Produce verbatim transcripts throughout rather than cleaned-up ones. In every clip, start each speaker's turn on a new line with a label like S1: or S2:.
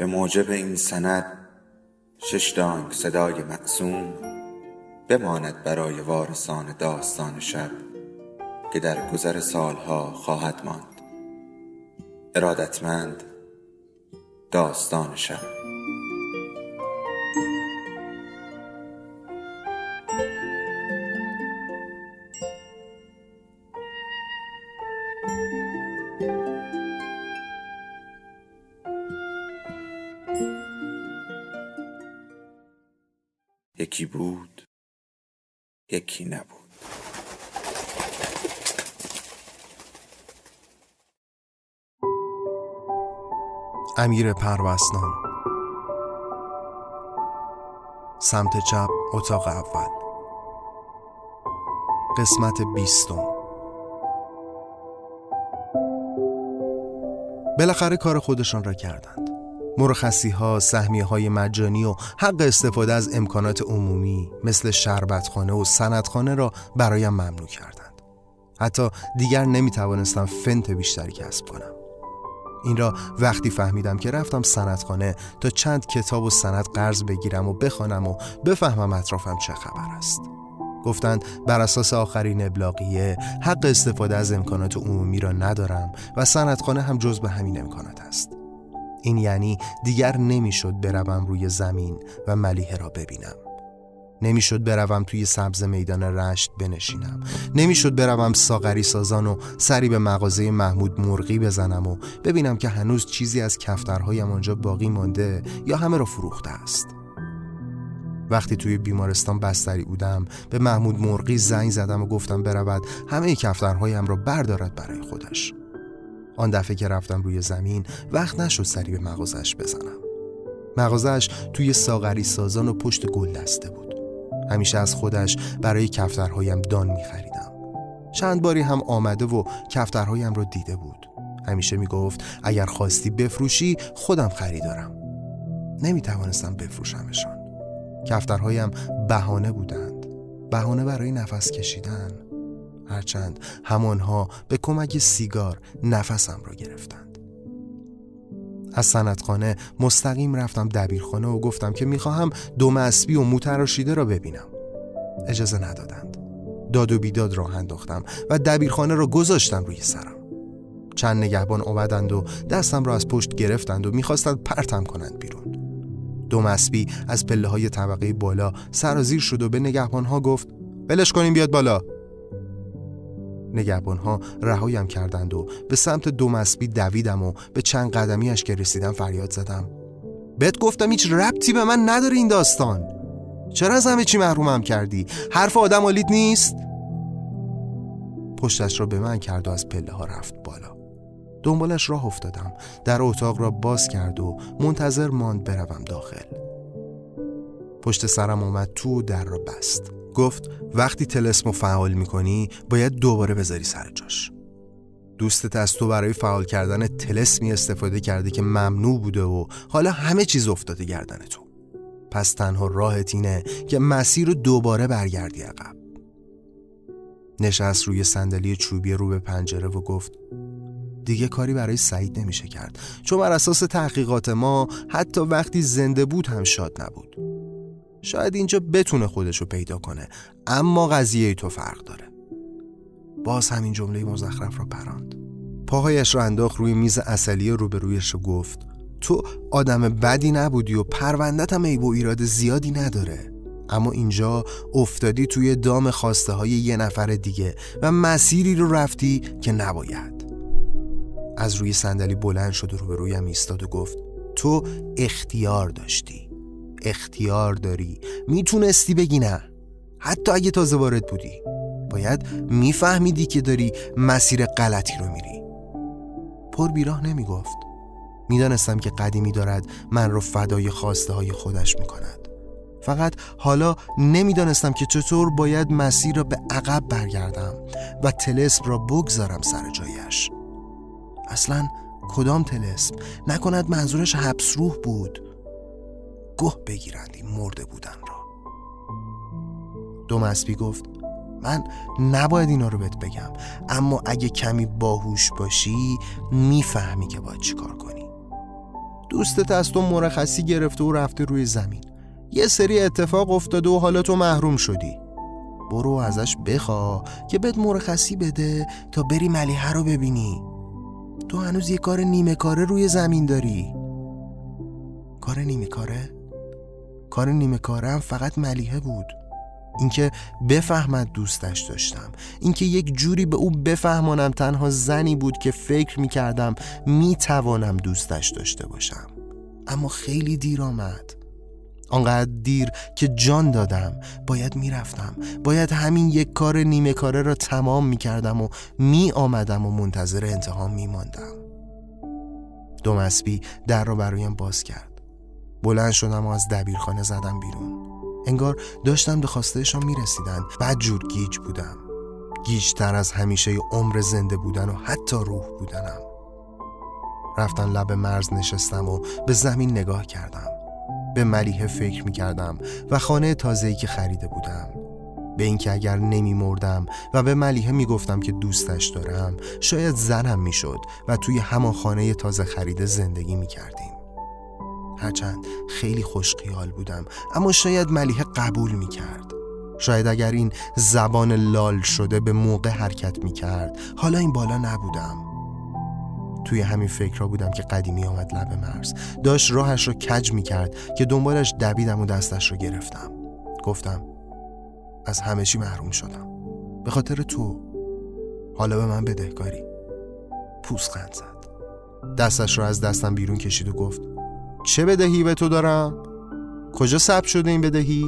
S1: به موجب این سند شش دانگ صدای مقسوم بماند برای وارثان داستان شب که در گذر سالها خواهد ماند. ارادتمند، داستان شب. یکی بود، یکی نبود.
S2: امیر پروسنان. سمت چپ اتاق اول. قسمت بیستم. بالاخره کار خودشان را کردند. مرخصی ها، سهمیه های مجانی و حق استفاده از امکانات عمومی مثل شربتخانه و سندخانه را برایم ممنوع کردند. حتی دیگر نمی توانستم فنت بیشتری کسب کنم. این را وقتی فهمیدم که رفتم سندخانه تا چند کتاب و سند قرض بگیرم و بخوانم و بفهمم اطرافم چه خبر است. گفتند بر اساس آخرین ابلاغیه حق استفاده از امکانات عمومی را ندارم و سندخانه هم جزو همین امکانات است. این یعنی دیگر نمیشد بروم روی زمین و ملیحه را ببینم. نمیشد بروم توی سبز میدان رشت بنشینم. نمیشد بروم ساغری سازان و سری به مغازه محمود مرغی بزنم و ببینم که هنوز چیزی از کفترهایم آنجا باقی مانده یا همه را فروخته است. وقتی توی بیمارستان بستری بودم به محمود مرغی زنگ زدم و گفتم برود همه کفترهایم را بردارد برای خودش. آن دفعه که رفتم روی زمین وقت نشد سری به مغازش بزنم. مغازش توی ساغری سازان و پشت گل دسته بود. همیشه از خودش برای کفترهایم دان می خریدم. چند باری هم آمده و کفترهایم رو دیده بود. همیشه می گفت اگر خواستی بفروشی خودم خریدارم. نمی توانستم بفروشمشان. کفترهایم بهانه بودند. بهانه برای نفس کشیدن. هرچند همانها به کمک سیگار نفسم را گرفتند. از سندخانه مستقیم رفتم دبیرخانه و گفتم که میخواهم دم اسبی و مو تراشیده را ببینم. اجازه ندادند. داد و بیداد راه انداختم و دبیرخانه را گذاشتم روی سرم. چند نگهبان آمدند و دستم را از پشت گرفتند و میخواستند پرتم کنند بیرون. دم اسبی از پله های طبقه بالا سرازیر شد و به نگهبانها گفت ولش کنیم بیاد بالا. نگهبانها رهایم کردند و به سمت دم اسبی دویدم و به چند قدمیش که رسیدم فریاد زدم بهت گفتم هیچ ربطی به من نداره این داستان. چرا از همه چی محرومم کردی؟ حرف آدم آلید نیست؟ پشتش را به من کرد و از پله ها رفت بالا. دنبالش راه افتادم. در اتاق را باز کرد و منتظر ماند بروم داخل. پشت سرم اومد تو و در را بست. گفت وقتی طلسمو فعال میکنی باید دوباره بذاری سر جاش. دوستت از تو برای فعال کردن طلسمی استفاده کرده که ممنوع بوده و حالا همه چیز افتاده گردن تو. پس تنها راهت اینه که مسیر رو دوباره برگردی عقب. نشست روی صندلی چوبی رو به پنجره و گفت دیگه کاری برای سعید نمیشه کرد، چون بر اساس تحقیقات ما حتی وقتی زنده بود هم شاد نبود. شاید اینجا بتونه خودشو پیدا کنه، اما قضیه تو فرق داره. باز همین جمله مزخرف رو پراند. پاهایش رو انداخت روی میز عسلی روبرویش و گفت تو آدم بدی نبودی و پروندت هم عیب و ایراد زیادی نداره، اما اینجا افتادی توی دام خواسته های یه نفر دیگه و مسیری رو رفتی که نباید. از روی صندلی بلند شد و روبرویم ایستاد و گفت تو اختیار داشتی، اختیار داری، میتونستی بگی نه. حتی اگه تازه وارد بودی باید میفهمیدی که داری مسیر غلطی رو میری. پر بیراه نمیگفت. میدانستم که قدیمی دارد من رو فدای خواسته های خودش میکند. فقط حالا نمیدانستم که چطور باید مسیر را به عقب برگردم و طلسم را بگذارم سر جایش. اصلا کدام طلسم؟ نکند منظورش حبس روح بود؟ گوه بگیرند این مرده بودن را. دم اسبی گفت من نباید اینا رو بهت بگم، اما اگه کمی باهوش باشی میفهمی که باید چی کار کنی. دوستت از تو مرخصی گرفته و رفته روی زمین. یه سری اتفاق افتاده و حالا تو محروم شدی. برو ازش بخوا که بهت مرخصی بده تا بری ملیحه رو ببینی. تو هنوز یه کار نیمه کاره روی زمین داری. کار نیمه کاره؟ کار نیمه کاره هم فقط ملیحه بود. اینکه بفهمد دوستش داشتم، اینکه یک جوری به او بفهمانم تنها زنی بود که فکر میکردم میتوانم دوستش داشته باشم. اما خیلی دیر آمد، آنقدر دیر که جان دادم. باید میرفتم، باید همین یک کار نیمه کاره را تمام میکردم و می آمدم و منتظر انتهام میماندم. دم اسبی در را برایم باز کرد. بلند شدم و از دبیرخانه زدم بیرون. انگار داشتم به خواستهشان میرسیدن. بد جور گیج بودم، گیجتر از همیشه عمر زنده بودن و حتی روح بودنم. رفتن لب مرز نشستم و به زمین نگاه کردم. به ملیحه فکر میکردم و خانه تازه‌ای که خریده بودم. به اینکه اگر نمی مردم و به ملیحه میگفتم که دوستش دارم، شاید زنم میشد و توی همان خانه تازه خریده زندگی میکردیم. هرچند خیلی خوش خیال بودم، اما شاید ملیحه قبول میکرد. شاید اگر این زبان لال شده به موقع حرکت میکرد، حالا این بالا نبودم. توی همین فکرها بودم که قدیمی آمد لب مرز. داشت راهش رو کج میکرد که دنبالش دویدم و دستش رو گرفتم. گفتم از همه چی محروم شدم به خاطر تو. حالا به من بدهکاری. پوزخند زد. دستش رو از دستم بیرون کشید و گفت چه بدهی به تو دارم؟ کجا ثبت شده این بدهی؟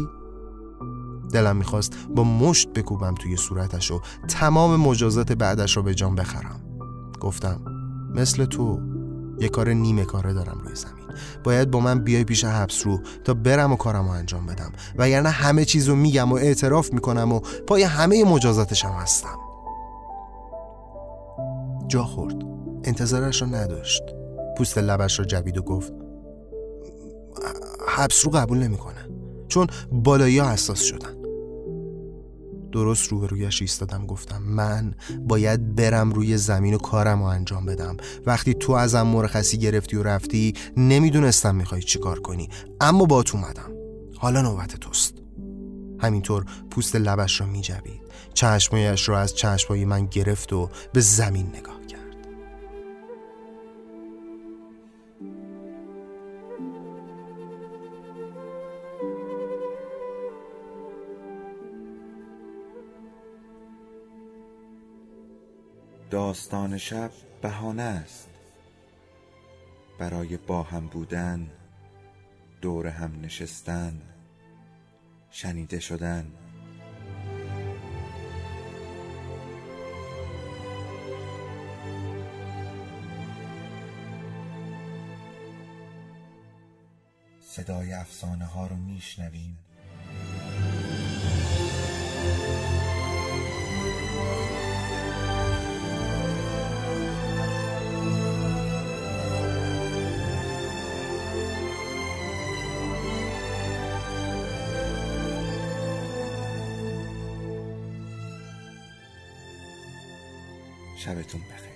S2: دلم میخواست با مشت بکوبم توی صورتش و تمام مجازات بعدش رو به جان بخرم. گفتم مثل تو یه کار نیمه کاره دارم روی زمین. باید با من بیای پیش حبس رو تا برم و کارم رو انجام بدم، وگرنه همه چیزو میگم و اعتراف میکنم و پای همه مجازاتشم هستم. جا خورد. انتظارش رو نداشت. پوست لبش رو جوید و گفت حبس رو قبول نمیکنه، چون بالایی ها حساس شدن. درست روبرویش ایستادم. گفتم من باید برم روی زمین و کارم رو انجام بدم. وقتی تو ازم مرخصی گرفتی و رفتی نمیدونستم میخوای چی کار کنی، اما با تو اومدم. حالا نوبت توست. همینطور پوست لبش رو میجوید. چشمایش رو از چشمای من گرفت و به زمین نگاه کرد.
S1: داستان شب بهانه است برای با هم بودن، دور هم نشستن، شنیده شدن. صدای افسانه ها رو میشنویم. شبتون بخیر.